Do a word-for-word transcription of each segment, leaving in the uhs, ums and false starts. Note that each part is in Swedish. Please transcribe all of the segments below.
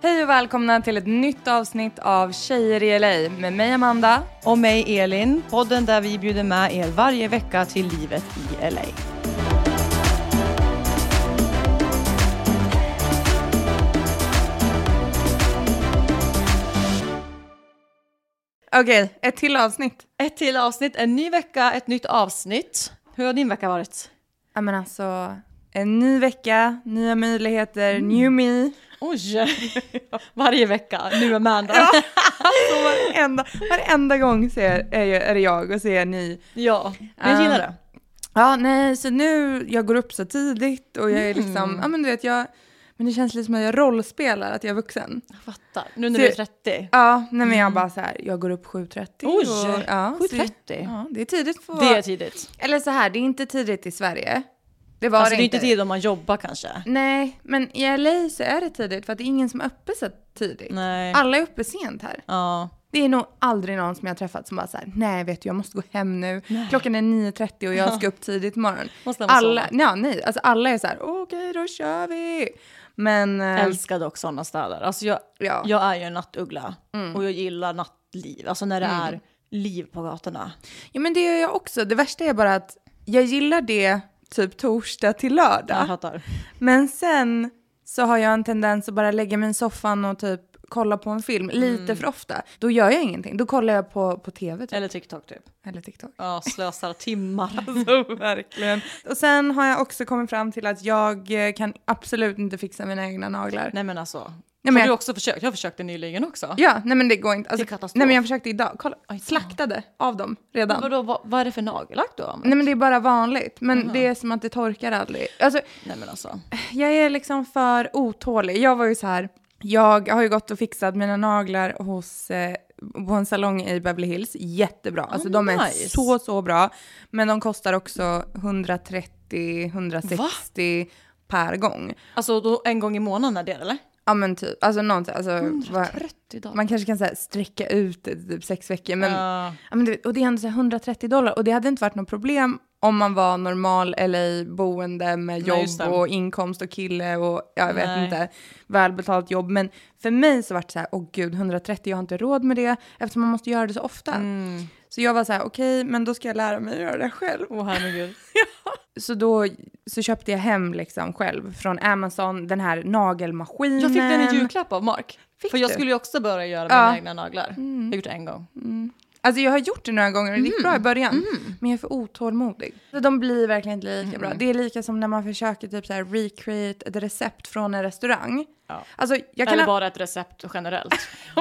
Hej och välkomna till ett nytt avsnitt av Tjejer i L A med mig Amanda. Och mig Elin, podden där vi bjuder med er varje vecka till livet i L A. Okej, ett till avsnitt. Ett till avsnitt, en ny vecka, ett nytt avsnitt. Hur har din vecka varit? Ja men alltså, en ny vecka, nya möjligheter, mm. new me. Oj, varje vecka, nu Amanda. Ja, alltså varenda, varenda gång så är, är, är det jag och så är jag ny. Ja, men gillar det. Um, ja, nej, så nu, jag går upp så tidigt och jag är liksom, mm. ja men du vet, jag, men det känns lite som att jag rollspelar, att jag är vuxen. Jag fattar, nu när så, du är trettio. Ja, nej men mm. jag bara så här, jag går upp sju trettio. Oj, och, ja, sju trettio? Ja, det är tidigt för. Det är tidigt. Eller så här, det är inte tidigt i Sverige. Det var alltså det, det är inte inte tid om man jobbar kanske. Nej, men i L A så är det tidigt för att det är ingen som är uppe så tidigt. Nej. Alla är uppe sent här. Ja. Det är nog aldrig någon som jag har träffat som bara så här, nej vet du, jag måste gå hem nu. Nej. Klockan är nio trettio och jag ska upp tidigt imorgon. Måste alla, ja, nej, alltså alla är så här, okej okay, då kör vi. Men jag älskar dock sådana städer. Alltså jag, ja. jag är ju en nattuggla mm. och jag gillar nattliv. Alltså när det mm. är liv på gatorna. Ja men det gör jag också. Det värsta är bara att jag gillar det typ torsdag till lördag. Jag fattar. Men sen så har jag en tendens att bara lägga mig i soffan och typ kolla på en film lite mm. för ofta. Då gör jag ingenting. Då kollar jag på, på tv. Typ. Eller TikTok typ. Eller TikTok. Ja, slösar timmar. Alltså verkligen. Och sen har jag också kommit fram till att jag kan absolut inte fixa mina egna naglar. Nej men alltså. Nej, men har jag... du också försökt? Jag försökte nyligen också. Ja, nej men det går inte. Alltså, det nej men jag försökte idag. Kolla, slaktade av dem redan. Men vadå, vad, vad är det för nagellack då? Nej men det är bara vanligt. Men mm. det är som att det torkar aldrig. Alltså, nej men alltså. Jag är liksom för otålig. Jag var ju så här. Jag har ju gått och fixat mina naglar hos eh, på en salong i Beverly Hills. Jättebra. Alltså oh, de är nice. så, så bra. Men de kostar också hundratrettio hundrasextio Va? Per gång. Alltså då en gång i månaden är det eller? Ja men typ, alltså någonting, alltså, hundratrettio dollar. Man kanske kan så här, sträcka ut det typ sex veckor. Men, uh. ja, men det, och det är ändå så här, hundratrettio dollar. Och det hade inte varit något problem om man var normal L A-boende med jobb Nej, och inkomst och kille och jag vet Nej. inte, välbetalt jobb. Men för mig så var det så här, åh gud, hundratrettio, jag har inte råd med det eftersom man måste göra det så ofta. Mm. Så jag var så här, okej, okay, men då ska jag lära mig att göra det själv. Åh herregud. Ja. Så då så köpte jag hem liksom själv från Amazon den här nagelmaskinen. Jag fick den i julklapp av Mark. Fick För jag du? skulle ju också börja göra mina ja. egna naglar. Mm. Jag har gjort det en gång. Mm. Alltså jag har gjort det några gånger och det gick mm. bra i början. Mm. Men jag är för otålmodig. Så de blir verkligen inte lika mm. bra. Det är lika som när man försöker typ så här recreate ett recept från en restaurang. Ja. Alltså, jag kan Eller ha... bara ett recept generellt.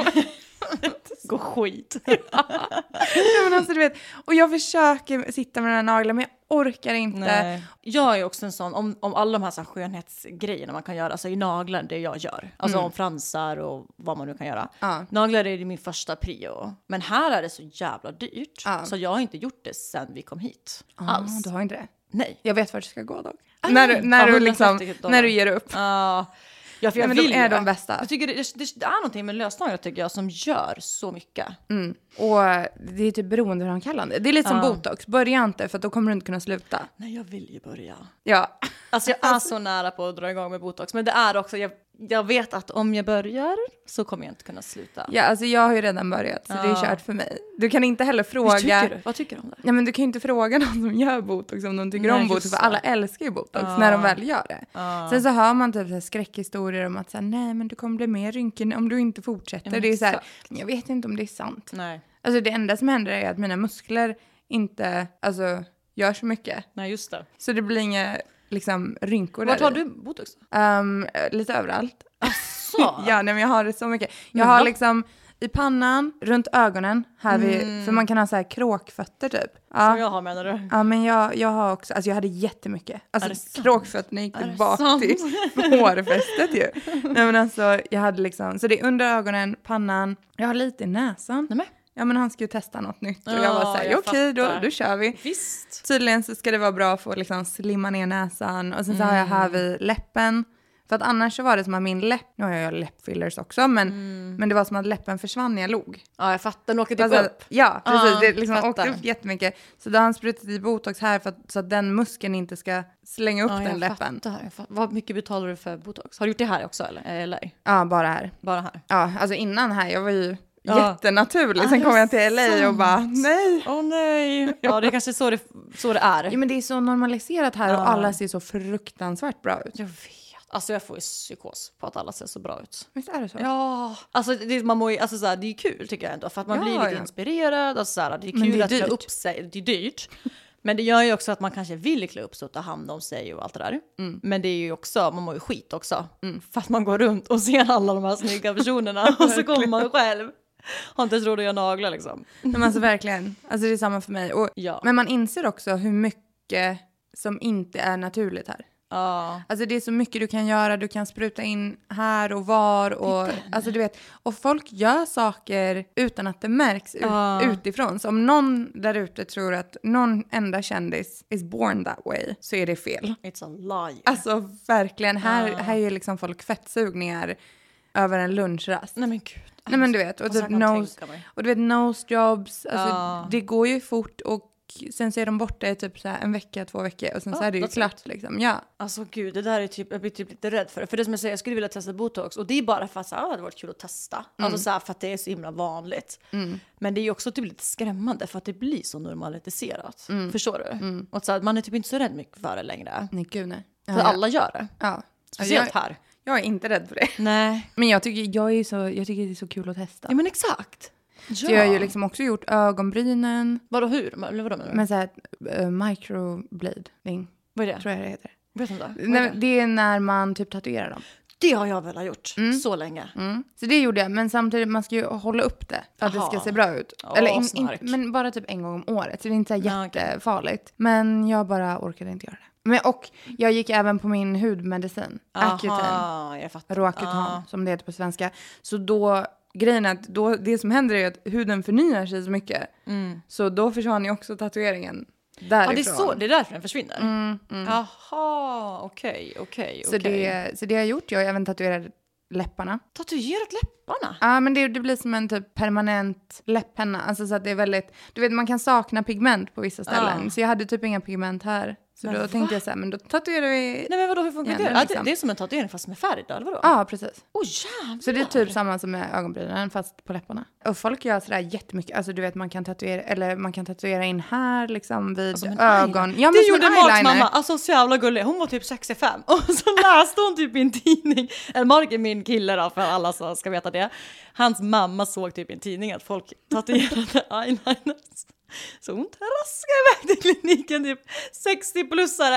Gå skit. Ja, men alltså, du vet, och jag försöker sitta med den här naglarna men jag orkar inte. Nej. Jag är också en sån, om, om alla de här, så här skönhetsgrejerna man kan göra, alltså i naglar, det jag gör. Alltså mm. om fransar och vad man nu kan göra. Ja. Naglar är min första prio. Men här är det så jävla dyrt. Ja. Så jag har inte gjort det sen vi kom hit. Ah, alls. Du har inte det? Nej. Jag vet vart du ska gå dock. Ah, när du, när, ja, du liksom, när du ger upp. Ja. Ja, för jag men vill de är ju. de bästa. Jag tycker det, det, det är någonting med lösnaglar tycker jag som gör så mycket. Mm. Och det är typ beroendeframkallande. Det är lite som uh. botox. Börja inte för då kommer du inte kunna sluta. Nej, jag vill ju börja. Ja. Alltså jag är så nära på att dra igång med botox. Men det är också, jag, jag vet att om jag börjar så kommer jag inte kunna sluta. Ja, alltså jag har ju redan börjat så uh. det är kört för mig. Du kan inte heller fråga... Tycker du? Vad tycker du om det? Ja, men du kan ju inte fråga någon som gör botox om de tycker Nej, om botox. För alla älskar ju botox uh. när de väl gör det. Uh. Sen så hör man typ så här skräckhistorier om att så här, nej men du kommer bli mer rynkig om du inte fortsätter. Ja, det är så här, jag vet inte om det är sant. Nej. Alltså det enda som händer är att mina muskler inte alltså, gör så mycket. Nej, just det. Så det blir inga liksom, rynkor. Vart har du botox? Um, lite överallt. Asså? Ja, nej, men jag har det så mycket. Jag har liksom i pannan, runt ögonen. Här mm. vid, för man kan ha så här kråkfötter typ. Ja. Som jag har menar du? Ja, men jag, jag har också, alltså jag hade jättemycket. Alltså kråkfötterna gick tillbaka till hårfästet ju. Nej men alltså, jag hade liksom, så det är under ögonen, pannan. Jag har lite i näsan. Nej men. Ja men han ska ju testa något nytt. Och jag var så här, okej okay, då, då kör vi. Visst. Tydligen så ska det vara bra för att liksom slimma ner näsan. Och sen så mm. har jag här vid läppen. För att annars så var det som att min läpp, nu har jag läppfillers också, men, mm. men det var som att läppen försvann när jag låg. Ja, jag fattar. Den åkte typ alltså, upp. Ja, precis. Ah, det liksom åkte upp jättemycket. Så då har han sprutat i botox här för att, så att den muskeln inte ska slänga upp ah, den läppen. Fattar, jag fattar. Vad mycket betalar du för botox? Har du gjort det här också eller? eller? Ja, bara här. Bara här? Ja, alltså innan här, jag var ju... Ja. Jättenaturligt. Sen kom jag till L A och bara, nej. Åh oh, nej. Ja, det är kanske så det, så det är. Ja, men det är så normaliserat här ja. Och alla ser så fruktansvärt bra ut. Jag vet. Alltså jag får ju psykos på att alla ser så bra ut. Visst är det så? Ja. Alltså, det, man må ju, alltså så här, det är ju kul tycker jag ändå. För att man ja, blir lite ja. inspirerad. Alltså, så här, det är kul det är att klä upp sig. Det är dyrt. Men det gör ju också att man kanske vill klä upp sig och ta hand om sig och allt det där. Mm. Men det är ju också, man mår ju skit också. Mm. För att man går runt och ser alla de här snygga personerna. Och så kommer man själv. Har inte råd att göra naglar liksom. Men alltså verkligen, alltså det är samma för mig och, ja. Men man inser också hur mycket som inte är naturligt här. Ja. Alltså det är så mycket du kan göra, du kan spruta in här och var och, alltså du vet, och folk gör saker utan att det märks ja. ut, utifrån. Så om någon där ute tror att någon enda kändis is born that way så är det fel. It's a lie. Alltså verkligen, här, ja. här är liksom folk fettsugningar över en lunchrast. Nej men gud. Nej men du vet, och, typ nose, och du vet nose jobs, alltså ja. det går ju fort och sen så är de borta i typ så här en vecka, två veckor och sen ja, så är det ju klart liksom, ja. Alltså gud, det där är typ, jag blir typ lite rädd för det. För det som jag säger, jag skulle vilja testa botox och det är bara för att så här, det hade varit kul att testa. Mm. Alltså så här, för att det är så himla vanligt. Mm. Men det är ju också typ lite skrämmande för att det blir så normaliserat. Mm. Förstår du? Mm. Och så här, man är typ inte så rädd mycket för det längre. Nej gud nej. För ja, alla gör det. Ja. Speciellt jag, här. Jag är inte rädd för det. Nej. Men jag tycker, jag är så, jag tycker det är så kul att testa. Ja men exakt. Ja. Så jag har ju liksom också gjort ögonbrynen. Vadå hur? Eller vadå menar du? Men såhär uh, microblading. Vad är det? Tror jag det heter. Vet inte. Det? Är det? det är när man typ tatuerar dem. Det har jag väl ha gjort. Mm. Så länge. Mm. Så det gjorde jag. Men samtidigt, man ska ju hålla upp det. För att Aha. det ska se bra ut. Oh, Eller in, in, men bara typ en gång om året. Så det är inte så här jättefarligt. Okay. Men jag bara orkade inte göra det. Men, och jag gick även på min hudmedicin. Accutane. Roaccutane, som det heter på svenska. Så då, grejen är att då, det som händer är att huden förnyar sig så mycket. Mm. Så då försvann ju också tatueringen därifrån. Ja, det är så, det är därför den försvinner. Mm, mm. Jaha, okej, okej, så, det, så det har jag gjort. Jag har även tatuerat läpparna. Tatuerat läpparna? Ja, men det, det blir som en typ permanent läpppenna. Alltså så att det är väldigt, du vet man kan sakna pigment på vissa ställen. Ah. Så jag hade typ inga pigment här. Så men då va? tänkte jag så här, men då tatuerar vi... Nej men vadå, hur funkar det? Liksom. Ja, det? Det är som en tatuering fast med färg då, eller vadå? Ja, precis. Åh oh, jävlar! Så det är typ samma som med ögonbrynen fast på läpparna. Och folk gör sådär jättemycket. Alltså du vet, man kan tatuera, eller man kan tatuera in här liksom vid alltså, ögon. Ja, men det gjorde Marks mamma, alltså så jävla gullig. Hon var typ sextiofem och så läste hon typ i en tidning. Eller Mark är min kille då, för alla som ska veta det. Hans mamma såg typ i en tidning att folk tatuerade eyeliners. Så hon traskade iväg till kliniken, typ sextio-plussare.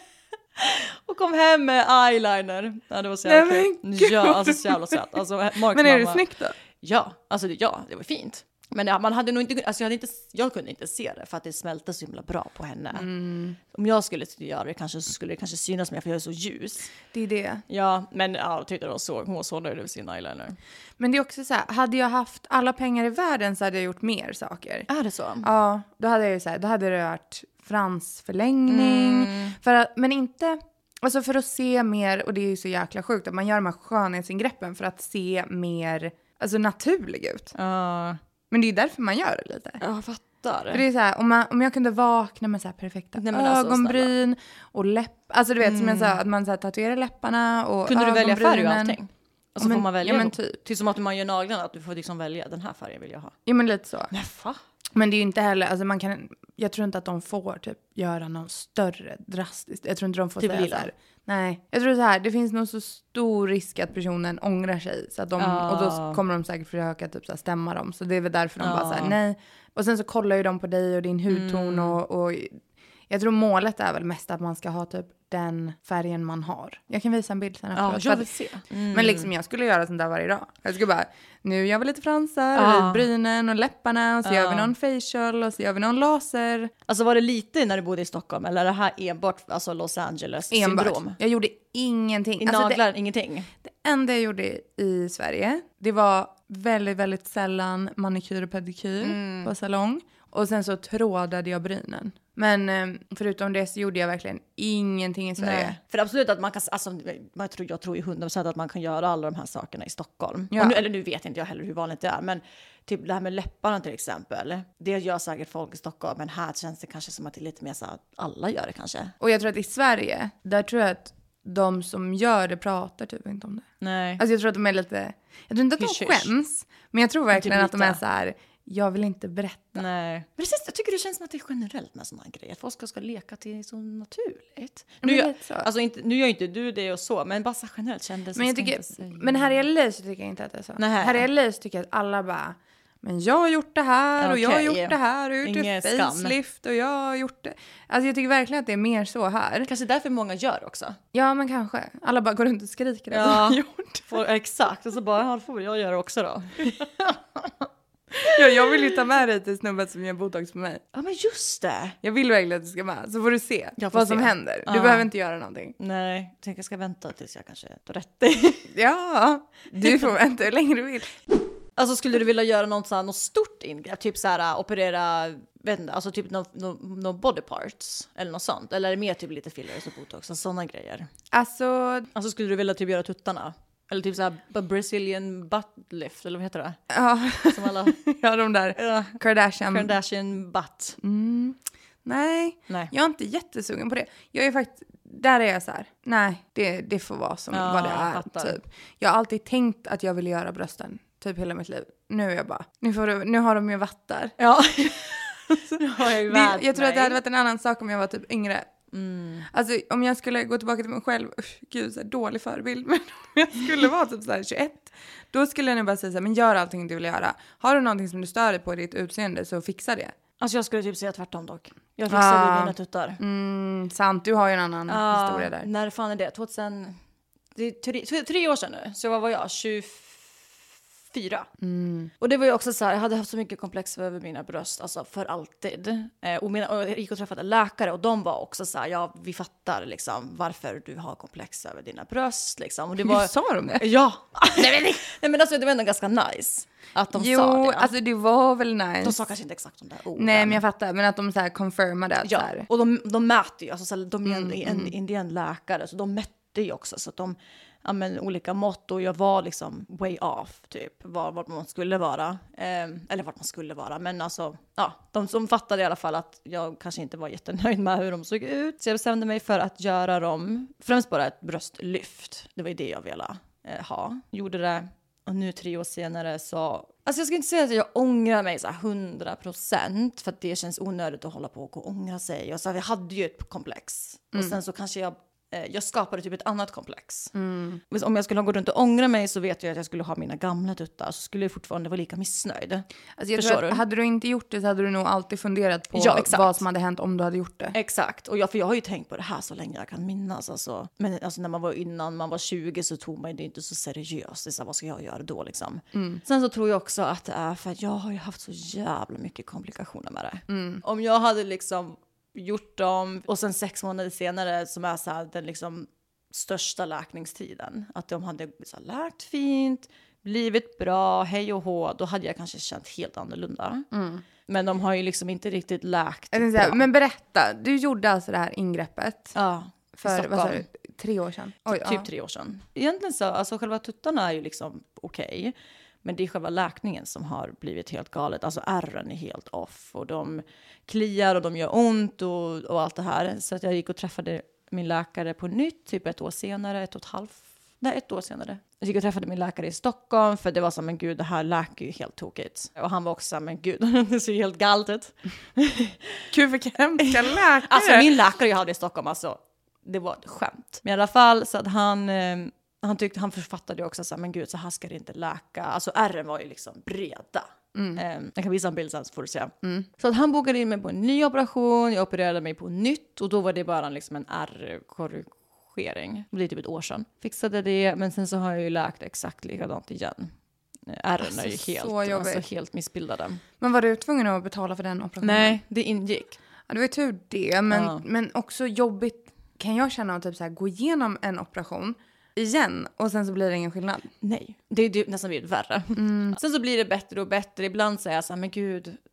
Och kom hem med eyeliner. Ja, det var så jävla kul. Ja, alltså så jävla söt. Alltså, Mark men är mamma, det snyggt då? Ja, alltså ja, det var fint. Men ja, man hade nog inte, alltså jag, hade inte, jag kunde inte se det för att det smälte så himla bra på henne. Mm. Om jag skulle göra det kanske skulle det kanske synas mer för jag är så ljus. Det är det. Ja, men ja, jag tyckte hon såg, hon var så nöjd över sin eyeliner. Men det är också så här, hade jag haft alla pengar i världen så hade jag gjort mer saker. Är det så? Ja, då hade jag ju så här, då hade det varit fransförlängning. Mm. För att, men inte, alltså för att se mer, och det är ju så jäkla sjukt att man gör de här skönhetsingreppen för att se mer, alltså naturlig ut. Ja. Uh. Men det är därför man gör det lite. Jag fattar. För det är så här, om, man, om jag kunde vakna med så här perfekta Nej, ögonbryn alltså, och läpp. Alltså du vet, mm. som jag sa, att man så här tatuerar läpparna och kunde du välja färg och allting? Och så men, får man välja. Ja, men typ. Till som att man gör naglarna, att du får liksom välja, den här färgen vill jag ha. Ja, men lite så. Men fa? Men det är ju inte heller, alltså man kan, jag tror inte att de får typ göra någon större drastiskt. Jag tror inte de får typ säga så här. Nej, jag tror så här, det finns nog så stor risk att personen ångrar sig. Så att de, ah. Och då kommer de säkert försöka typ så här stämma dem. Så det är väl därför de ah. bara så här, nej. Och sen så kollar ju de på dig och din hudton mm. och, och jag tror målet är väl mest att man ska ha typ den färgen man har. Jag kan visa en bild sen efteråt. Ja, jag vill se. Mm. Men liksom jag skulle göra sånt där varje dag. Jag skulle bara, nu gör vi lite fransar, ah. och brynen och läpparna och så ah. gör vi någon facial och så gör vi någon laser. Alltså var det lite när du bodde i Stockholm eller är det här enbart alltså Los Angeles enbart. Syndrom? Jag gjorde ingenting. I alltså naglar, det, ingenting? Det enda jag gjorde i Sverige, det var väldigt, väldigt sällan manikyr och pedikyr mm. på salong. Och sen så trådade jag brynen Men eh, förutom det så gjorde jag verkligen ingenting i Sverige. Nej. För absolut att man kan, alltså, jag tror, jag tror ju hundra procent att man kan göra alla de här sakerna i Stockholm. Ja. Nu, eller nu vet inte jag heller hur vanligt det är, men typ det här med läpparna till exempel. Det gör säkert folk i Stockholm, men här känns det kanske som att det är lite mer så att alla gör det kanske. Och jag tror att i Sverige, där tror jag att de som gör det pratar typ inte om det. Nej. Alltså jag tror att de är lite, jag tror inte att de Hysch, skäms, men jag tror verkligen typ att de är så här, jag vill inte berätta. Nej. Precis, jag tycker det känns som att det är generellt med sådana grejer. Att folk ska, ska leka till så naturligt. Nu, nu, gör, jag, alltså inte, nu gör inte du det och så, men bara så generellt kändes men jag tycker, men här i L A så tycker jag inte att det är så. Nej. Här i L A så tycker jag att alla bara, men jag har gjort det här och okay. jag har gjort det här och gjort Inge ett facelift och jag har gjort det. Alltså jag tycker verkligen att det är mer så här. Kanske därför många gör också. Ja, men kanske. Alla bara går runt och skriker det ja. de har gjort. För, exakt, och så bara, ja, får jag göra också då. Ja, jag vill ju ta med dig till snubben som gör botox på mig. Ja, men just det. Jag vill verkligen att du ska med. Så får du se får vad se. som händer. Du ja. behöver inte göra någonting. Nej, jag tänker jag ska vänta tills jag kanske tar rätt. Ja, du får vänta hur länge du vill. Alltså skulle du vilja göra något, så här, något stort ingrepp? Typ så här, operera, vet inte, alltså typ någon no, no body parts eller något sånt? Eller är det mer typ lite fillers och botox och sådana grejer? Alltså... Alltså skulle du vilja typ göra tuttarna? Eller typ så här Brazilian butt lift, eller vad heter det? Ja, som alla... ja de där ja. Kardashian. Kardashian butt. Mm. Nej. nej, jag är inte jättesugen på det. Jag är faktiskt, där är jag så här, nej, det, det får vara som ja, vad det är. Typ. Jag har alltid tänkt att jag ville göra brösten, typ hela mitt liv. Nu är jag bara, nu, får du, nu har de ju varit där. Ja, nu har jag ju det, Jag tror att det hade varit en annan sak om jag var typ yngre. Mm. Alltså om jag skulle gå tillbaka till mig själv, usch, gud så här, dålig förebild, men om jag skulle vara typ så här tjugoett, då skulle jag nog bara säga så här, men gör allting du vill göra. Har du någonting som du stör dig på i ditt utseende, så fixa det. Alltså jag skulle typ säga tvärtom dock. Jag fixade ah. mina tuttar. Mm, sant, du har ju en annan ah, historia där. När fan är det? tjugohund... Det är tre, tre år sedan nu, så vad var jag? tjugofyra. Mm. Och det var ju också så här, jag hade haft så mycket komplex över mina bröst, alltså för alltid. Eh, och, mina, och jag gick och träffade läkare och de var också så här, ja vi fattar liksom varför du har komplex över dina bröst liksom. Och det var, sa de det? Ja. Nej, men, nej men alltså det var ändå ganska nice att de jo, sa det. Jo, alltså det var väl nice. De sa kanske inte exakt de där orden. Nej, men jag fattar, men att de så här confirmade att ja. så här. Och de, de mäter ju, alltså så här, de är en, mm, en mm. indian läkare, så de mätte ju också så att de ja, men, olika mått, och jag var liksom way off typ var, vart man skulle vara eh, eller vart man skulle vara, men alltså ja, de som fattade i alla fall att jag kanske inte var jättenöjd med hur de såg ut, så jag bestämde mig för att göra dem, främst bara ett bröstlyft, det var ju det jag ville eh, ha, gjorde det, och nu tre år senare så, alltså jag ska inte säga att jag ångrar mig så här hundra procent, för att det känns onödigt att hålla på och ångra sig, och så jag hade ju ett komplex mm. och sen så kanske jag jag skapade typ ett annat komplex. Mm. Om jag skulle gå runt och ångra mig, så vet jag att jag skulle ha mina gamla tuttar, så skulle jag fortfarande vara lika missnöjd. Alltså jag tror att, hade du inte gjort det så hade du nog alltid funderat på ja, vad som hade hänt om du hade gjort det. Exakt, och jag, för jag har ju tänkt på det här så länge jag kan minnas. Alltså. Men alltså, när man var innan man var tjugo så tog man det inte så seriöst. Det är så här, vad ska jag göra då liksom? Mm. Sen så tror jag också att det är för att jag har ju haft så jävla mycket komplikationer med det. Mm. Om jag hade liksom gjort dem och sen sex månader senare, som är så här, den liksom största läkningstiden, att de hade så här, läkt fint, blivit bra, hej och hå, då hade jag kanske känt helt annorlunda. Mm. Men de har ju liksom inte riktigt läkt bra. Säga, men berätta, du gjorde alltså det här ingreppet ja, för vad sa du, tre år sedan? Oj, typ ja. tre år sedan. Egentligen så, alltså själva tuttarna är ju liksom okej. Okay. Men det är själva läkningen som har blivit helt galet. Alltså ärren är helt off. Och de kliar och de gör ont och, och allt det här. Så att jag gick och träffade min läkare på nytt. Typ ett år senare. Ett och ett halvt. Nej, ett år senare. Jag gick och träffade min läkare i Stockholm. För det var så, men gud, det här läker ju helt tokigt. Och han var också, men gud, det ser ju helt galet ut. Gud, vilka hemska läkare. Alltså min läkare jag hade i Stockholm, alltså, det var ett skämt. Men i alla fall så att han... Eh, Han tyckte, han författade ju också så här, men gud, så här ska det inte läka. Alltså ärren var ju liksom breda. Mm. Um, jag kan visa en bild sen så får du se. Mm. Så att han bokade in mig på en ny operation. Jag opererade mig på nytt. Och då var det bara liksom en ärrkorrigering. Det blir typ ett år sedan. Fixade det, men sen så har jag ju läkt exakt likadant igen. Ärren alltså, är ju helt, alltså, helt missbildade. Men var du tvungen att betala för den operationen? Nej, det ingick. Ja, det var ju tur det. Men, ja. men också jobbigt kan jag känna att typ så här, gå igenom en operation igen och sen så blir det ingen skillnad. Nej, det är ju nästan blivit värre. Mm. Sen så blir det bättre och bättre. Ibland säger jag så här, men gud,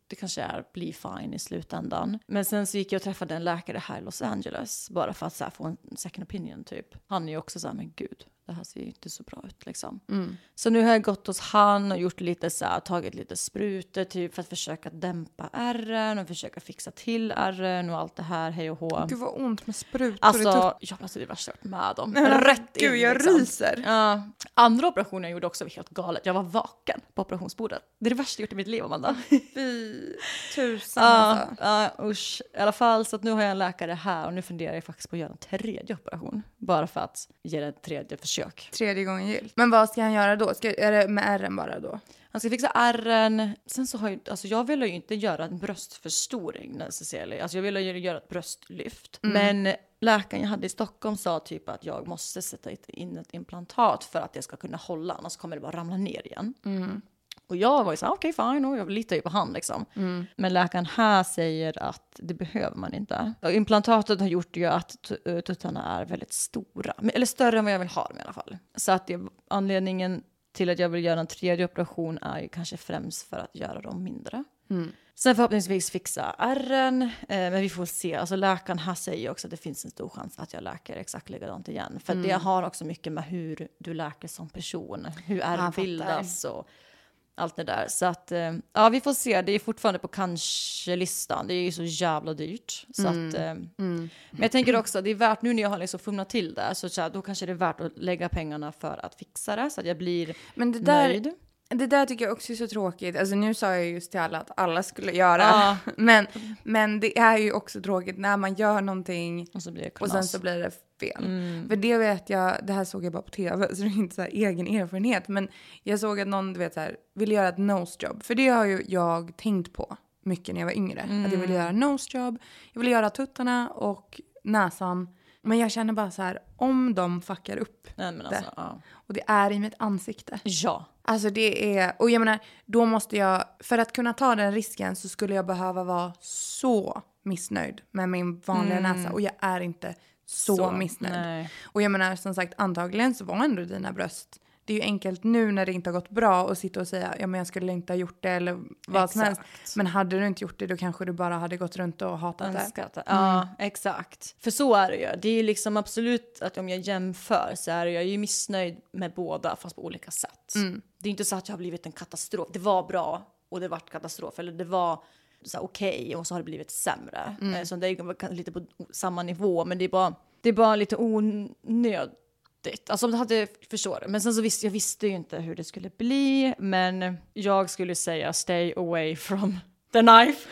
det kanske är, blir fine i slutändan. Men sen så gick jag och träffade en läkare här i Los Angeles. Bara för att så här, få en second opinion typ. Han är ju också så här, men gud, det här ser ju inte så bra ut liksom. Mm. Så nu har jag gått hos han och gjort lite så här, tagit lite sprutor typ för att försöka dämpa ärren och försöka fixa till ärren och allt det här, hej och hå. Gud vad ont med sprutor. Alltså, jag måste det värsta med dem. Nej, men, rätt gud, in, jag liksom. ryser. Uh, andra operationer jag gjorde också var helt galet. Jag var vaken på operationsbordet. Det är det värsta jag gjort i mitt liv, Amanda. Fy tusan uh, alltså. uh, usch. I alla fall, så att nu har jag en läkare här och nu funderar jag faktiskt på att göra en tredje operation. Bara för att ge det ett tredje försök. Tredje gången gilt. Men vad ska han göra då? Ska, är det med ärren bara då? Han ska fixa ärren. Sen så har jag, alltså jag vill ju inte göra en bröstförstoring necessarily. Alltså jag vill ju göra ett bröstlyft. Mm. Men läkaren jag hade i Stockholm sa typ att jag måste sätta in ett implantat för att det ska kunna hålla. Annars kommer det bara ramla ner igen. Mm. Och jag var ju så här, okej okay, fine, och jag litar ju på han liksom. Mm. Men läkaren här säger att det behöver man inte. Och implantatet har gjort ju att t- tuttarna är väldigt stora. Eller större än vad jag vill ha dem i alla fall. Så att det, anledningen till att jag vill göra en tredje operation är ju kanske främst för att göra dem mindre. Mm. Sen förhoppningsvis fixa ärren, eh, men vi får se. Alltså läkaren här säger också att det finns en stor chans att jag läker exakt likadant igen. För mm. det har också mycket med hur du läker som person. Hur ärr bildas och allt det där. Så att, eh, ja vi får se. Det är fortfarande på kanske-listan. Det är ju så jävla dyrt. Så mm. att, eh, mm. Men jag tänker också att det är värt, nu när jag har liksom fumlat till det, så, så här, då kanske det är värt att lägga pengarna för att fixa det. Så att jag blir men det där, nöjd. Det där tycker jag också är så tråkigt. Alltså nu sa jag just till alla att alla skulle göra. Ja. Men, men det är ju också tråkigt när man gör någonting och, så blir det och sen så blir det fel. Mm. För det vet jag, det här såg jag bara på tv så det är inte så här egen erfarenhet. Men jag såg att någon du vet, så här, ville göra ett nose job. För det har ju jag tänkt på mycket när jag var yngre. Mm. Att jag ville göra nose job. Jag ville göra tuttarna och näsan. Men jag känner bara så här, om de fuckar upp Nej, men alltså, ja. och det är i mitt ansikte. Ja. Alltså det är, och jag menar, då måste jag, för att kunna ta den risken så skulle jag behöva vara så missnöjd med min vanliga mm. näsa. Och jag är inte så, så missnöjd. Nej. Och jag menar, som sagt, antagligen så var ändå dina bröst. Det är ju enkelt nu när det inte har gått bra att sitta och säga, ja men jag skulle inte ha gjort det eller vad exakt. Som helst. Men hade du inte gjort det då kanske du bara hade gått runt och hatat Önskat det. Mm. Ja, exakt. För så är det ju. Det är liksom absolut att om jag jämför så är jag ju missnöjd med båda fast på olika sätt. Mm. Det är inte så att jag har blivit en katastrof. Det var bra och det var katastrof. Eller det var så okej okay, och så har det blivit sämre. Mm. Så det är lite på samma nivå men det är bara, det är bara lite onödigt. Alltså det hade förstår men sen så visste jag visste ju inte hur det skulle bli men jag skulle säga stay away from the knife.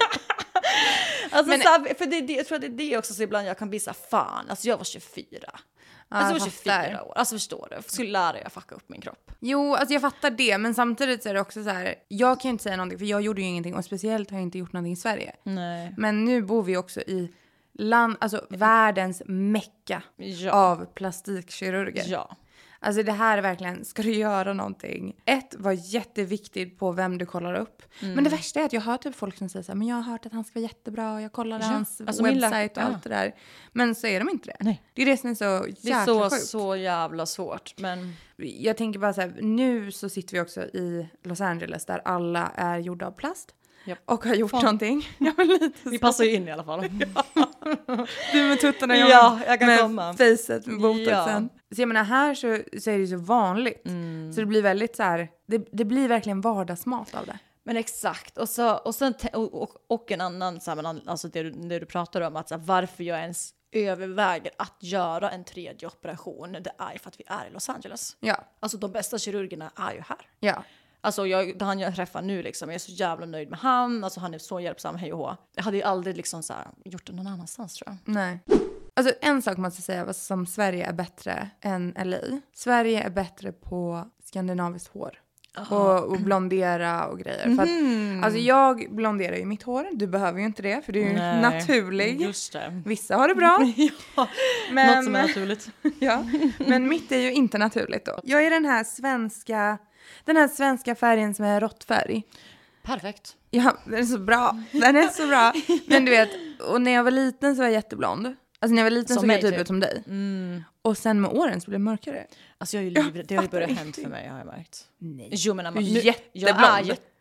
Alltså men, så här, för det, det jag tror att det är det också så ibland jag kan bli så här, fan alltså jag var tjugofyra. Alltså jag var tjugofyra år. Alltså förstår du? Skulle lära jag fucka upp min kropp. Jo, alltså jag fattar det. Men samtidigt så är det också så här. Jag kan ju inte säga någonting för jag gjorde ju ingenting. Och speciellt har jag inte gjort någonting i Sverige. Nej. Men nu bor vi också i land, alltså världens mecka ja. Av plastikkirurger. Ja. Alltså det här är verkligen, ska du göra någonting? Ett, var jätteviktigt på vem du kollar upp. Mm. Men det värsta är att jag har typ folk som säger så här, men jag har hört att han ska vara jättebra och jag kollade ja. Hans alltså webbsajt och ja. Allt det där. Men så är de inte det. Nej. Det är det som är så jävla Det är så, sjukt. så jävla svårt. Men jag tänker bara så här, nu så sitter vi också i Los Angeles där alla är gjorda av plast. Yep. Och har gjort Fan. Någonting. Ja, men lite vi passar ju in i alla fall. Ja. Du med tuttarna, jag ja, jag kan med komma. Facet, med botoxen. Ja. Så jag menar, här så, så är det så vanligt. Mm. Så det blir väldigt så här, det, det blir verkligen vardagsmat av det. Men exakt. Och, så, och, sen, och, och, och en annan, så här, alltså det, du, det du pratar om, att så här, varför jag ens överväger att göra en tredje operation, det är för att vi är i Los Angeles. Ja. Alltså de bästa kirurgerna är ju här. Ja. Alltså jag, han jag träffar nu liksom, jag är så jävla nöjd med han. Alltså han är så hjälpsam, hej och hå. Jag hade ju aldrig liksom så här, gjort det någon annanstans tror jag. Nej. Alltså en sak man ska säga som Sverige är bättre än L A. Sverige är bättre på skandinaviskt hår. Och, och blondera och grejer. Mm. För att, alltså jag blonderar ju mitt hår. Du behöver ju inte det för du är ju Nej, naturlig. Just det. Vissa har det bra. Ja, men, något som är naturligt. Ja, men mitt är ju inte naturligt då. Jag är den här svenska... Den här svenska färgen som är råttfärg. Perfekt. Ja, den är så bra. Den är så bra. Men du vet, och när jag var liten så var jag jätteblond. Alltså när jag var liten som så såg jag typ ut som dig. Mm. Och sen med åren så blev det mörkare. Alltså jag är ju livrädd. Det har ju börjat hända för mig, har jag märkt. Nej. Jo, men du är jätteblond. Jag är,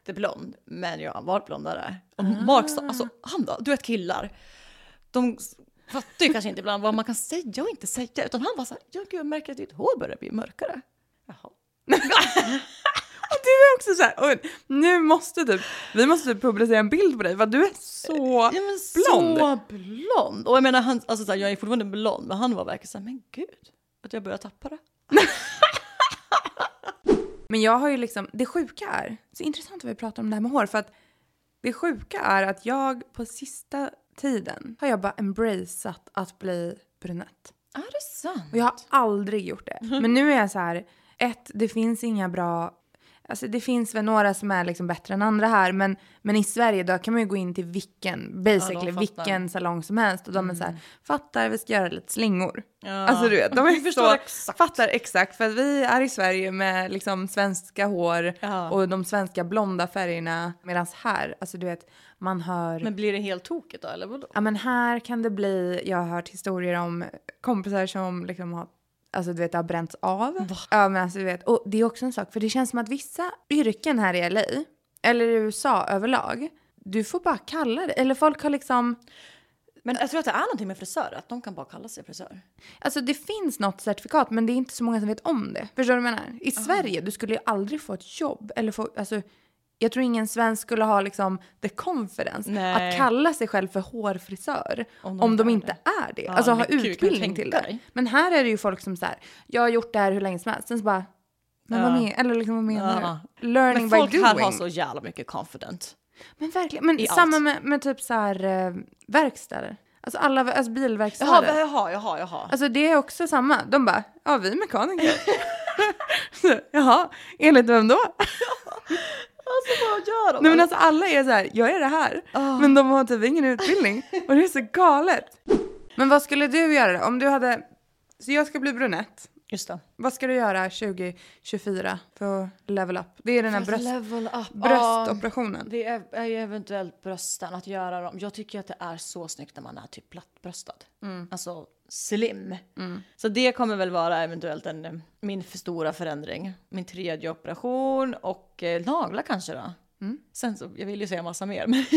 jätteblond, men jag har varit blondare. Och Mark, alltså han då, du vet killar, de fattar ju kanske inte ibland vad man kan säga och inte säga, utan han var så här, jag, gud, jag märker att ditt hår börjar bli mörkare. Jaha. Och du är också så här, och nu måste typ, vi måste typ publicera en bild på dig, för du är så ja, men blond. Så blond. Och jag menar, han, alltså, så här, jag är fortfarande blond, men han var verkligen så här, men gud, att jag börjar tappa det. Men jag har ju liksom, det sjuka är, så intressant att vi pratar om det här med hår, för att det sjuka är att jag på sista tiden har jag bara embraceat att bli brunett. Är det sant? Och jag har aldrig gjort det. Men nu är jag så här, ett, det finns inga bra, alltså det finns väl några som är liksom bättre än andra här, men, men i Sverige då kan man ju gå in till vilken, basically ja, vilken salong som helst, och de är så här, fattar, vi ska göra lite slingor. Ja. Alltså du vet, de är så, exakt. fattar exakt, för att vi är i Sverige med liksom svenska hår ja. och de svenska blonda färgerna, medan här, alltså du vet, man hör... Men blir det helt tokigt då, eller vadå? Ja, men här kan det bli, jag har hört historier om kompisar som liksom har, alltså du vet, det har bränts av. Va? Ja, men alltså du vet, och det är också en sak, för det känns som att vissa yrken här i L A, eller i U S A överlag, du får bara kalla det, eller folk har liksom... Men jag tror att det är någonting med frisörer, att de kan bara kalla sig frisör. Alltså det finns något certifikat, men det är inte så många som vet om det. Förstår du vad jag menar? I uh. Sverige, du skulle ju aldrig få ett jobb, eller få, alltså... Jag tror ingen svensk skulle ha liksom the confidence Nej. att kalla sig själv för hårfrisör om de, om de inte det. är det. Ja, alltså ha utbildning till det. Dig. Men här är det ju folk som så här, jag har gjort det här hur länge som helst. Sen så bara, men ja. vad med, eller liksom vad menar ja. du? Learning by doing. Men folk här har så jävla mycket confident. Men verkligen, men samma med, med typ så här uh, verkstäder. Alltså alla, alltså bilverkstäder. Jaha, jaha, jaha, jaha. Alltså det är också samma. De bara, ja vi är mekaniker. Jaha, enligt vem då? Alltså vad gör de? Nej, men alltså alla är så här, jag är det här. Oh. Men de har typ ingen utbildning. Och det är så galet. Men vad skulle du göra då? Om du hade, så jag ska bli brunett. Just det. Vad ska du göra tjugo tjugofyra för att level up? Det är den här bröst, level up. bröstoperationen. Det är, är ju eventuellt brösten att göra dem. Jag tycker att det är så snyggt när man är typ plattbröstad. Mm. Alltså slim. Mm. Så det kommer väl vara eventuellt en, min för stora förändring. Min tredje operation och eh, naglar kanske då. Mm. Sen så, jag vill ju säga massa mer. Men,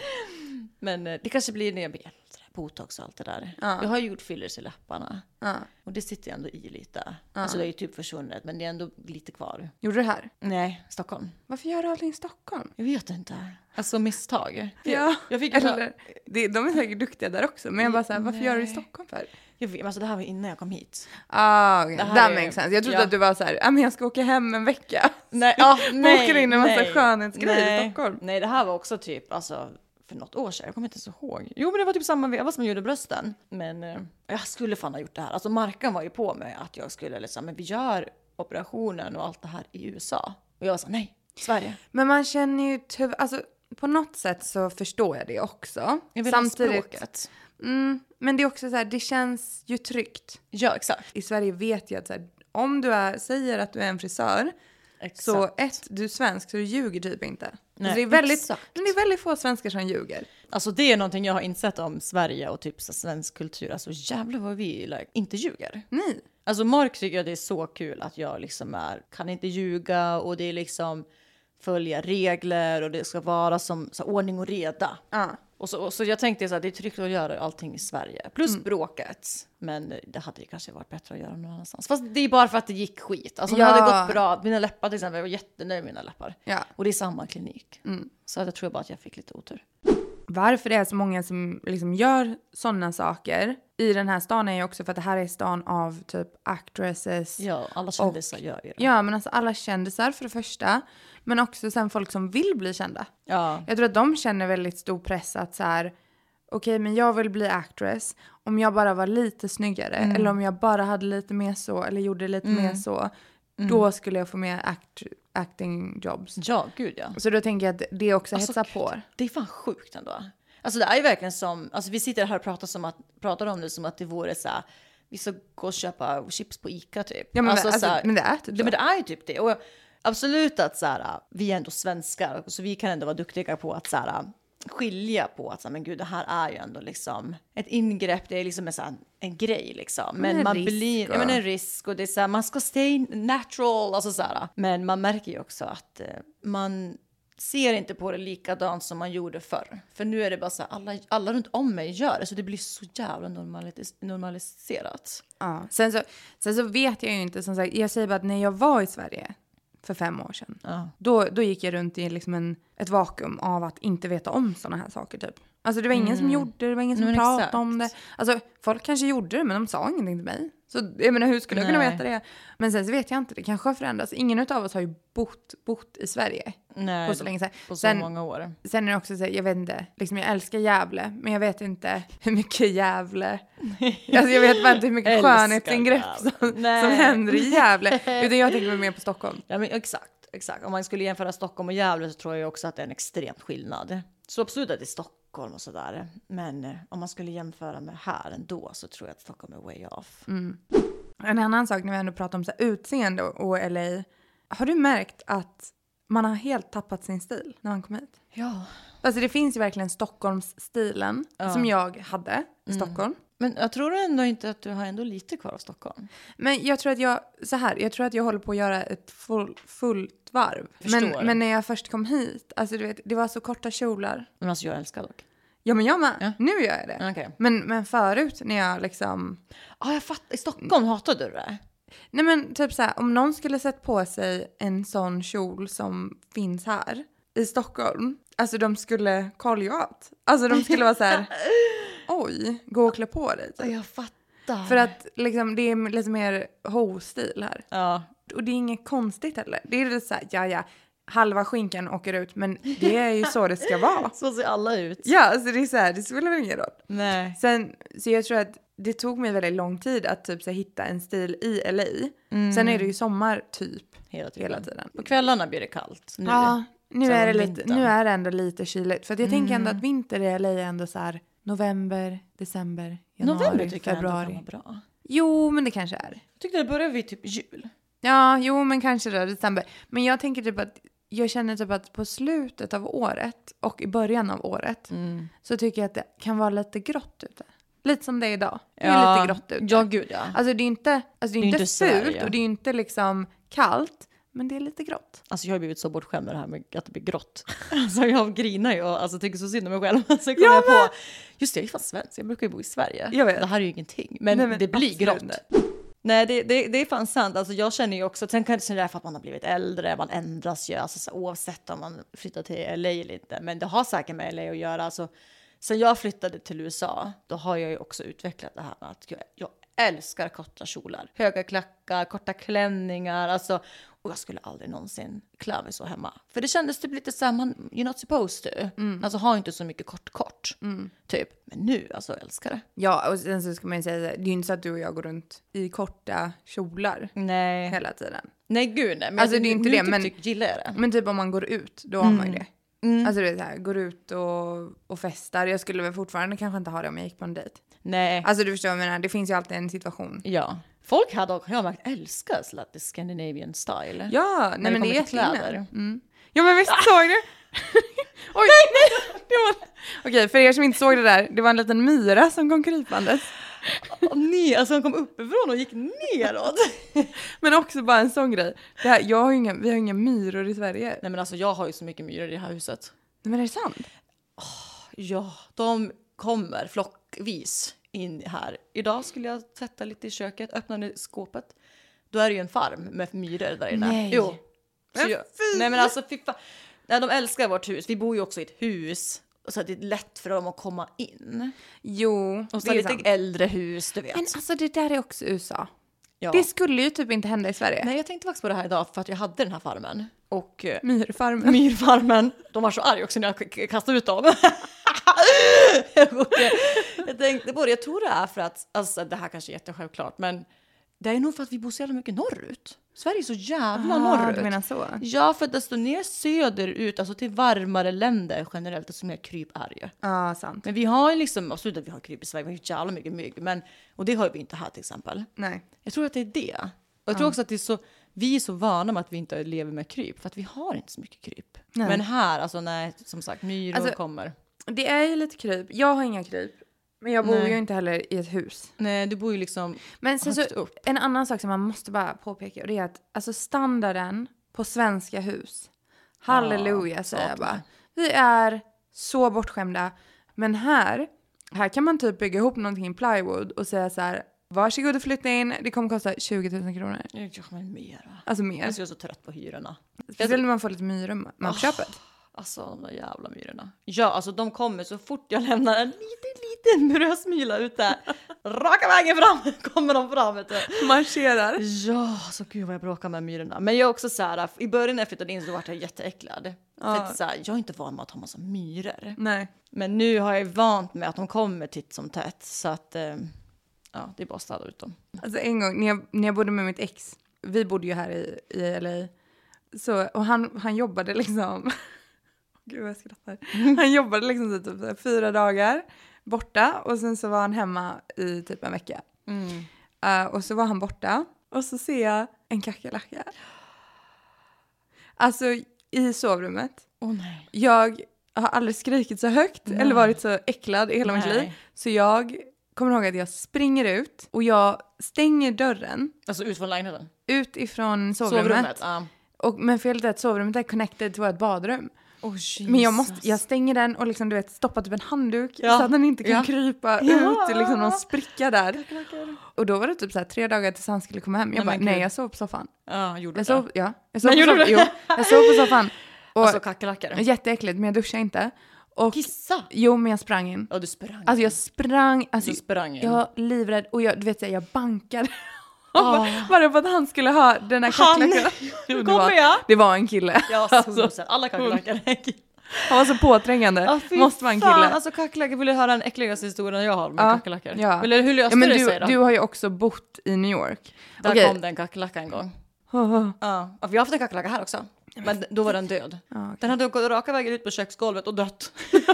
men eh, det kanske blir när jag blir äldre. Botox och allt det där. Ja. Jag har gjort fillers i läpparna. Ja. Och det sitter ändå i lite. Ja. Alltså det är ju typ försvunnet, men det är ändå lite kvar. Gjorde du det här? Nej, Stockholm. Varför gör du allting i Stockholm? Jag vet inte. Alltså misstag. Ja, jag, jag fick eller, det, de är säkert duktiga där också. Men jag bara såhär, varför Nej. gör du det i Stockholm för? Jag vet, alltså det här var innan jag kom hit. Ah, okay. That är, makes sense. Jag trodde ja. att du var såhär, ja men jag ska åka hem en vecka. Nej, ah, nej. Åker in en massa skönhetsgrejer i Stockholm. Nej, det här var också typ, alltså... för något år sedan, jag kommer inte så ihåg. Jo, men det var typ samma veva som jag gjorde brösten. Men eh, jag skulle fan ha gjort det här. Alltså Markan var ju på mig att jag skulle liksom, men vi gör operationen och allt det här i U S A. Och jag var så, nej, Sverige. Men man känner ju typ, alltså på något sätt så förstår jag det också. Jag vill Samtidigt, ha språket. Mm, men det är också så här, det känns ju tryggt. Ja, exakt. I Sverige vet jag att så här, om du är, säger att du är en frisör, exakt. Så ett, du är svensk så du ljuger typ inte. Nej, alltså det, är väldigt, det är väldigt få svenskar som ljuger. Alltså det är någonting jag har insett om Sverige och typ så svensk kultur. Alltså jävlar vad vi like, inte ljuger. Nej. Alltså Mark tycker att det är så kul att jag liksom är, kan inte ljuga och det är liksom följa regler och det ska vara som så ordning och reda. Uh. Och så, och så jag tänkte så att det är tryggt att göra allting i Sverige. Plus mm. språket. Men det hade kanske varit bättre att göra någon annanstans. Fast det är bara för att det gick skit. Alltså ja. det hade gått bra. Mina läppar till exempel, jag var jättenöjd med mina läppar. Ja. Och det är samma klinik. Mm. Så jag tror bara att jag fick lite otur. Varför det är så många som liksom gör sådana saker i den här stan är ju också för att det här är stan av typ actresses. Ja, alla kändisar och, gör ju det. Ja, men alltså alla kändisar för det första. Men också sen folk som vill bli kända. Ja. Jag tror att de känner väldigt stor press att så här, okej, okay, men jag vill bli actress. Om jag bara var lite snyggare. Mm. Eller om jag bara hade lite mer så. Eller gjorde lite mm. mer så. Mm. Då skulle jag få mer act, acting jobs. Ja, gud ja. Så då tänker jag att det också alltså, hetsar på. Det är fan sjukt ändå. Alltså det är ju verkligen som, alltså vi sitter här och pratar, som att, pratar om det som att det vore så här, vi ska gå och köpa chips på Ica typ. Ja, men, alltså, alltså, så här, men det är typ det, men det är ju typ det. Och absolut att så här, vi är ändå svenskar, så vi kan ändå vara duktiga på att så här, skilja på att så här, men gud, det här är ju ändå liksom ett ingrepp, det är liksom en, så här, en grej liksom. Men, men man blir, ja, men en risk och det är så här, man ska stay natural, alltså så här. Men man märker ju också att eh, man ser inte på det likadant som man gjorde förr. För nu är det bara så här, alla, alla runt om mig gör det. Så det blir så jävla normalis- normaliserat. Ja. Sen, så, sen så vet jag ju inte, som sagt, jag säger bara att när jag var i Sverige för fem år sedan. Ja. Då, då gick jag runt i liksom en, ett vakuum av att inte veta om sådana här saker typ. Alltså det var ingen mm. som gjorde det, det var ingen som men pratade exakt. om det. Alltså folk kanske gjorde det men de sa ingenting till mig. Så jag menar hur skulle jag kunna veta det? Men sen så vet jag inte, det kanske har förändrats. Ingen av oss har ju bott, bott i Sverige. Nej, på så länge sedan. På så sen, många år. Sen är det också så, jag vet inte, liksom jag älskar Gävle. Men jag vet inte hur mycket Gävle. Alltså jag vet bara inte hur mycket skönhetsingrepp som, som händer i Gävle. Utan jag tänker mer på Stockholm. Ja men exakt. Exakt. Om man skulle jämföra Stockholm och Gävle så tror jag också att det är en extrem skillnad. Så absolut att det är Stockholm och sådär. Men eh, om man skulle jämföra med här ändå så tror jag att Stockholm är way off. Mm. En annan sak när vi ändå pratar om så här, utseende och L A. Har du märkt att man har helt tappat sin stil när man kom hit? Ja. Alltså det finns ju verkligen Stockholmsstilen ja. som jag hade i mm. Stockholm. Men jag tror ändå inte att du har ändå lite kvar av Stockholm. Men jag tror att jag, så här, jag tror att jag håller på att göra ett full, fullt varv. Men, men när jag först kom hit, alltså du vet, det var så korta kjolar. Men alltså jag älskar dock. Ja men jag med, ja. Nu gör jag det. Okay. Men, men förut när jag liksom... Ja ah, jag fattar, i Stockholm hatade du det? Nej men typ så här, om någon skulle sätta på sig en sån kjol som finns här i Stockholm. Alltså de skulle call you out. Alltså de skulle vara så här... Oj, gå och klä på dig. Typ. Jag fattar. För att liksom, det är lite mer ho-stil här. Ja. Och det är inget konstigt heller. Det är lite så här, ja ja, halva skinkan åker ut. Men det är ju så det ska vara. Så ser alla ut. Ja, alltså det är så här, det spelar väl ingen roll. Nej. Sen, så jag tror att det tog mig väldigt lång tid att typ så här, hitta en stil i L A. Mm. Sen är det ju sommar typ hela tiden. Hela tiden. På kvällarna blir det kallt. Nu. Ja, nu är, det lite, nu är det ändå lite kyligt. För att jag mm. tänker ändå att vinter i L A är ändå så här... November, december, januari, November tycker februari. Jag kan vara bra. Jo, men det kanske är. Jag tyckte det började vid typ jul. Ja, jo, men kanske då, december. Men jag tänker typ att jag känner typ att på slutet av året och i början av året mm. så tycker jag att det kan vara lite grått ute. Lite som det är idag. Det är ja, lite grått ute. Ja, gud ja. Alltså det är inte, alltså, det är det är inte inte fult och det är inte liksom kallt. Men det är lite grått. Alltså jag har blivit så bortskämd med det här med att det blir grått. Alltså jag grinar ju och alltså, tycker så synd om mig själv. Så kommer jag på, just det, jag är fan svensk. Jag brukar ju bo i Sverige. Jag vet. Det här är ju ingenting. Men, Nej, men det blir grått. Inte. Nej, det, det, det är fan sant. Alltså jag känner ju också, sen kanske det är för att man har blivit äldre, man ändras ju, alltså, så, oavsett om man flyttar till L A eller inte. Men det har säkert med L A att göra. Alltså, sen jag flyttade till U S A, då har jag ju också utvecklat det här med att jag, jag älskar korta kjolar. Höga klackar, korta klänningar, alltså... Och jag skulle aldrig någonsin klä mig så hemma. För det kändes typ lite så här, man, you're not supposed to. Mm. Alltså har inte så mycket kort kort. Mm. Typ. Men nu, alltså jag älskar det. Ja, och sen så ska man ju säga, det är ju inte så att du och jag går runt i korta kjolar. Nej. Hela tiden. Nej, gud nej. Men alltså det är inte det, typ, men, typ, gillar jag det. Men typ om man går ut, då mm. har man ju det. Mm. Alltså det är så här, går ut och, och festar. Jag skulle väl fortfarande kanske inte ha det om jag gick på en dejt. Nej. Alltså du förstår vad jag menar, det finns ju alltid en situation. Ja. Folk här dock, jag har märkt, älskar lite Scandinavian style. Ja, nej men det är jättekläder. Mm. Ja men visst såg du? Oj, nej, nej. Det var... Okej, för er som inte såg det där, det var en liten myra som kom krypandes. Nej, alltså han kom uppifrån och gick neråt. Men också bara en sån grej. Det här, jag har inga, vi har inga myror i Sverige. Nej men alltså jag har ju så mycket myror i det här huset. Men är det sant? Oh, ja, de kommer flockvis in här. Idag skulle jag tvätta lite i köket, öppnade skåpet. Då är det ju en farm med myror där inne. Nej. Jo. Men jag, nej men alltså fy fan. Nej, de älskar vårt hus. Vi bor ju också i ett hus. Så att det är lätt för dem att komma in. Jo, och så lite sant. Äldre hus, du vet. Men alltså det där är också U S A. Ja. Det skulle ju typ inte hända i Sverige. Nej, jag tänkte faktiskt på det här idag för att jag hade den här farmen. Och myrfarmen. Myrfarmen. De var så arga också när jag kastade ut dem. Jag tänkte på det. Jag tror det är för att, alltså det här kanske är jättesjälvklart, men det är nog för att vi bor så jävla mycket norrut. Sverige är så jävla ah, norrut. Du menar så? Ja, för desto ner söderut, alltså till varmare länder generellt, desto mer kryp är det ju. Ja, ah, sant. Men vi har ju liksom, absolut att vi har kryp i Sverige, vi har ju jävla mycket mygg, men, och det har vi inte här till exempel. Nej. Jag tror att det är det. Och jag ah. tror också att det är så, vi är så vana med att vi inte lever med kryp, för att vi har inte så mycket kryp. Nej. Men här, alltså nej, som sagt, myror alltså, kommer. Det är ju lite kryp. Jag har inga kryp. Men jag bor Nej. ju inte heller i ett hus. Nej, du bor ju liksom Men sen så, upp. En annan sak som man måste bara påpeka, och det är att alltså standarden på svenska hus Halleluja, ja, säger jag bara. Vi är så bortskämda. Men här, här kan man typ bygga ihop någonting i plywood och säga så här: varsågod och flytta in, det kommer kosta tjugo tusen kronor. Jag kommer mer. Alltså mer. Jag är så trött på hyrorna. Speciellt när man får lite myror man oh, köpet. Alltså de där jävla myrorna. Ja, alltså de kommer så fort jag lämnar en liten, liten brödsmyla ute. Raka vägen fram kommer de fram, vet du. Marscherar. Ja, så gud vad jag bråkar med myrorna. Men jag är också så här, i början när jag flyttade in så var jag jätteäcklad. Ja. För att, så här, jag är inte van med att ha massa myror. Nej. Men nu har jag vant med att de kommer titt som tätt. Så att, ja, det är bara att städa ut dem. Alltså en gång, när jag, när jag bodde med mitt ex. Vi bodde ju här i, i L A. Så, och han, han jobbade liksom... Gud vad jag skrattar. Han jobbade liksom typ, typ fyra dagar borta. Och sen så var han hemma i typ en vecka. Mm. Uh, och så var han borta. Och så ser jag en kackerlacka. Alltså i sovrummet. Åh oh, nej. Jag har aldrig skrikit så högt. Nej. Eller varit så äcklad i hela nej. mitt liv. Så jag kommer ihåg att jag springer ut. Och jag stänger dörren. Alltså ut från lägenheten? Ut ifrån sovrummet. Sovrummet, ja. Och, men felet är att sovrummet är connected till vårt badrum. Oh, men jag, måste, jag stänger den och liksom, du vet, stoppar typ en handduk ja. så att den inte kan ja. krypa ja. ut liksom någon spricka där. Och då var det typ så här tre dagar tills han skulle komma hem. Jag nej, bara, nej jag sov på soffan. Ja, gjorde jag det? Sov, ja, jag sov, nej, på, soffan. Jo, jag sov på soffan. Och alltså kackerlackor. Jätteäckligt, men jag duschade inte. Och, Kissa? Jo, men jag sprang in. Ja, du sprang. Alltså jag sprang. Alltså, du sprang in. Jag var livrädd och jag, du vet, jag bankade. Oh. Bara för att han skulle ha den här kackerlackan. Nu kommer jag. Det var en kille. Ja, alltså. Alla kackerlackor. Han var så påträngande. Oh, måste vara en kille. Fan, alltså kackerlackor, vill du höra den äckligaste historien jag har med ja, kackerlackor? Ja. Eller hur löste ja, men det du, sig då? Du har ju också bott i New York. Där okay. kom den kackerlacka en gång. Oh, oh. Ja, vi har haft en kackerlacka här också. Men då var den död. Oh, okay. Den hade gått raka vägen ut på köksgolvet och dött.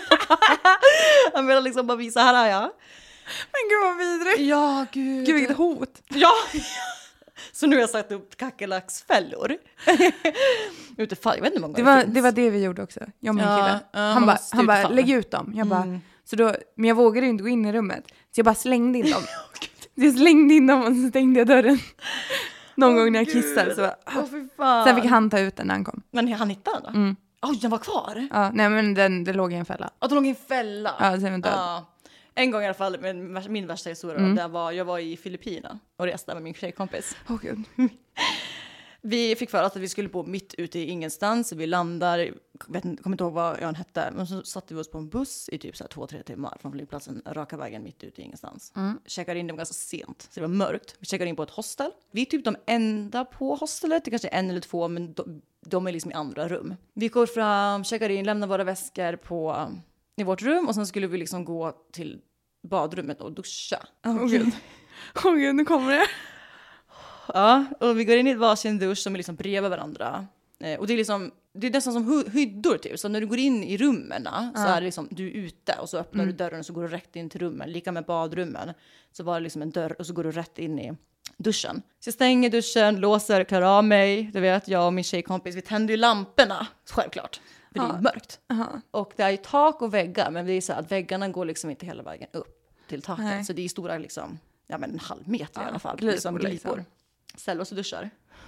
Han ville liksom bara visa, här är jag. Men gud vad vidrigt. Ja, gud. Gud vilket hot. Ja. Så nu har jag satt upp kackerlacksfällor. Ute fall, jag vet inte hur många det, var, det var det vi gjorde också. Jag och min ja, kille. Ja, han bara, han bara lägg ut dem. Jag bara, mm. så då, men jag vågade inte gå in i rummet. Så jag bara slängde in dem. Jag slängde in dem och så stängde jag dörren. Någon oh, gång när jag kissade. Så bara, oh, fan. Sen fick han ta ut den när han kom. Men han hittade den då? Mm. Oj, den var kvar? Ja, nej men den, den låg i en fälla. Ja, den låg i en fälla? Ja, sen var död. Ja. En gång i alla fall, med min värsta historia, mm. där var, jag var i Filippinerna och reste med min tjejkompis. Oh, Gud. Vi fick för att vi skulle bo mitt ute i ingenstans. Vi landar, vet inte, kommer inte ihåg vad ön hette, men så satte vi oss på en buss i typ så här två, tre timmar från flygplatsen, raka vägen mitt ute i ingenstans. Mm. Checkade in, det var ganska sent, så det var mörkt. Vi checkade in på ett hostel. Vi är typ de enda på hostelet, det kanske är en eller två, men de, de är liksom i andra rum. Vi går fram, checkade in, lämnar våra väskor på... i vårt rum och sen skulle vi liksom gå till badrummet och duscha. Åh oh, gud. Åh oh, gud, nu kommer det. Ja, och vi går in i ett varsin dusch som är liksom bredvid varandra. Eh, och det är liksom, det är nästan som hy- hyddor typ. Så när du går in i rummen ja. så är det liksom, du är ute och så öppnar mm. du dörren och så går du rätt in till rummen. Lika med badrummen. Så var det liksom en dörr och så går du rätt in i duschen. Så jag stänger duschen, låser, klarar av mig. Du vet, jag och min tjejkompis, vi tänder ju lamporna, självklart. För det är mörkt. Uh-huh. Och det är ju tak och väggar. Men det är så att väggarna går liksom inte hela vägen upp till taket. Nej. Så det är stora liksom, ja men en halv meter ja, i alla fall. Glipor, liksom glipor. Liksom. Ställer oss och duschar.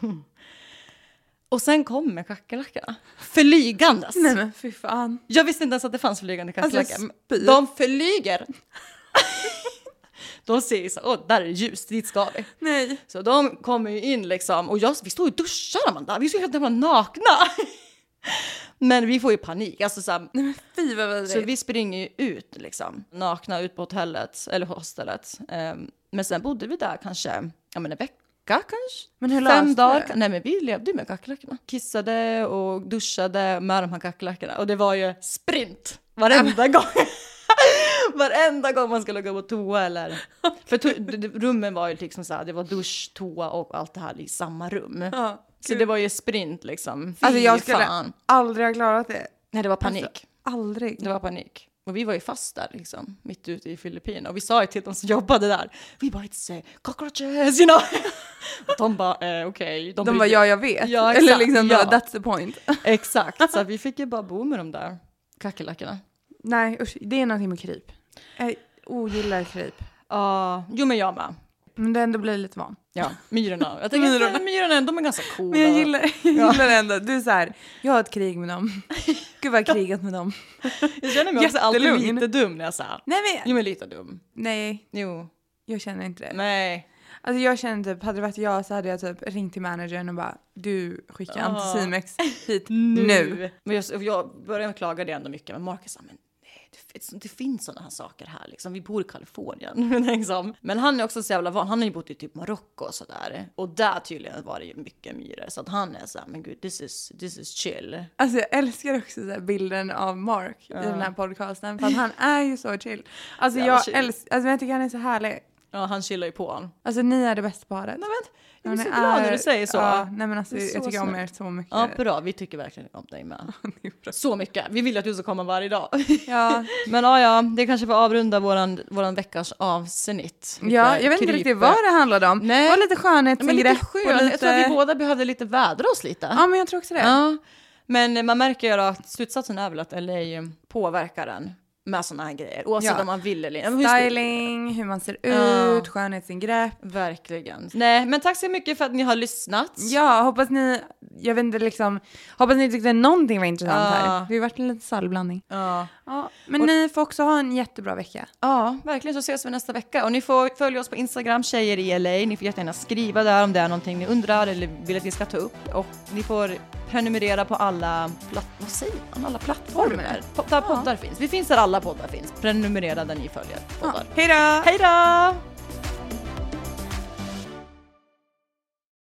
Och sen kommer kackerlackorna. Förlygandes. Nej men fy fan. Jag visste inte ens att det fanns flygande kackerlackor. Alltså, de förlyger. De säger så, åh, där är det ljus, dit ska vi. Nej. Så de kommer ju in liksom. Och jag, vi står och duschar, Amanda. Vi står helt jävla nakna. Men vi får ju panik. Alltså, så, här, nej, men fy, vad vad så vi springer ju ut liksom. Nakna ut på hotellet. Eller hostelet. Um, men sen bodde vi där kanske, ja men en vecka kanske. Men hur Fem dagar. Nej men vi levde med kackerlackorna. Kissade och duschade med de här kackerlackorna. Och det var ju sprint varenda gång. Varenda gång man skulle gå på toa eller... För to- rummen var ju liksom så här, det var dusch, toa och allt det här i samma rum. Ja, så det var ju sprint liksom. Fy alltså jag skulle fan. aldrig ha klarat det. Nej, det var panik. Alltså, aldrig. Det var panik. Och vi var ju fast där liksom, mitt ute i Filippinerna. Och vi sa ju till de som jobbade där, vi bara inte säger cockroaches, you know. Och de bara, eh, okej. Okay. De, de bara, ja jag vet. Ja, eller liksom, ja. That's the point. Exakt, så vi fick ju bara bo med de där kackerlackorna. Nej, usch, det är någonting med kryp. Jag ogillar kryp. Ja, uh, jo men jag med. Men det ändå blir lite van. Ja, myrorna. Jag tänker myrorna. myrorna, de är ganska coola. Men jag gillar, jag gillar ändå. Du är så här, jag har ett krig med dem. Gud vad jag har krigat med dem. Jag känner mig också alltid lite dum när jag säger. Nej men. Jo men lite dum. Nej. Jo. Jag känner inte det. Nej. Alltså jag känner typ, hade det varit jag så hade jag typ ringt till managern och bara, du skickar uh. Anticimex hit nu. nu. Men jag, jag började klaga det ändå mycket, men Marcus sa, men det, det finns sådana här saker här liksom. Vi bor i Kalifornien liksom. Men han är också så jävla van. Han har ju bott i typ Marocko och sådär. Och där tydligen var det ju mycket myror. Så att han är så här, men gud, this is, this is chill. Alltså jag älskar också så här bilden av Mark ja. i den här podcasten. För att han är ju så chill. Alltså jag älskar, alltså jag tycker han är så härlig. Ja, han chillar ju på honom. Alltså ni är det bästa paret. Nej, men, jag är så glad är, när du säger så. Ja, nej men alltså jag tycker snyggt. om er så mycket. Ja, bra. Vi tycker verkligen om dig med. Så mycket. Vi vill att du ska komma varje dag. Ja. Men ja, ja, det kanske får avrunda våran, våran veckans avsnitt. Lite ja, jag vet inte riktigt vad det handlade om. Nej. Det var lite skönhetsingrepp. Lite skön. Lite... Jag tror att vi båda behövde lite vädra oss lite. Ja, men jag tror också det. Ja. Men man märker ju att slutsatsen är väl att L A påverkar den. Med såna här grejer. Oavsett ja. om man vill eller inte. Styling, hur man ser ut, ja. skönhetsingrepp. Verkligen. Nej, men tack så mycket för att ni har lyssnat. Ja, hoppas ni, jag vet inte liksom, hoppas ni tyckte någonting var intressant ja. här. Det har ju varit en liten salvblandning. Ja. ja. Men och, ni får också ha en jättebra vecka. Ja, verkligen, så ses vi nästa vecka. Och ni får följa oss på Instagram, tjejer i L A. Ni får jättegärna skriva där om det är någonting ni undrar eller vill att vi ska ta upp. Och ni får prenumerera på alla, platt, vad säger man? Alla plattformar. På, där ja. poddar finns. Vi finns där alla poddar finns. Prenumerera där ni följer poddar. Ja. Hej då! Hej då!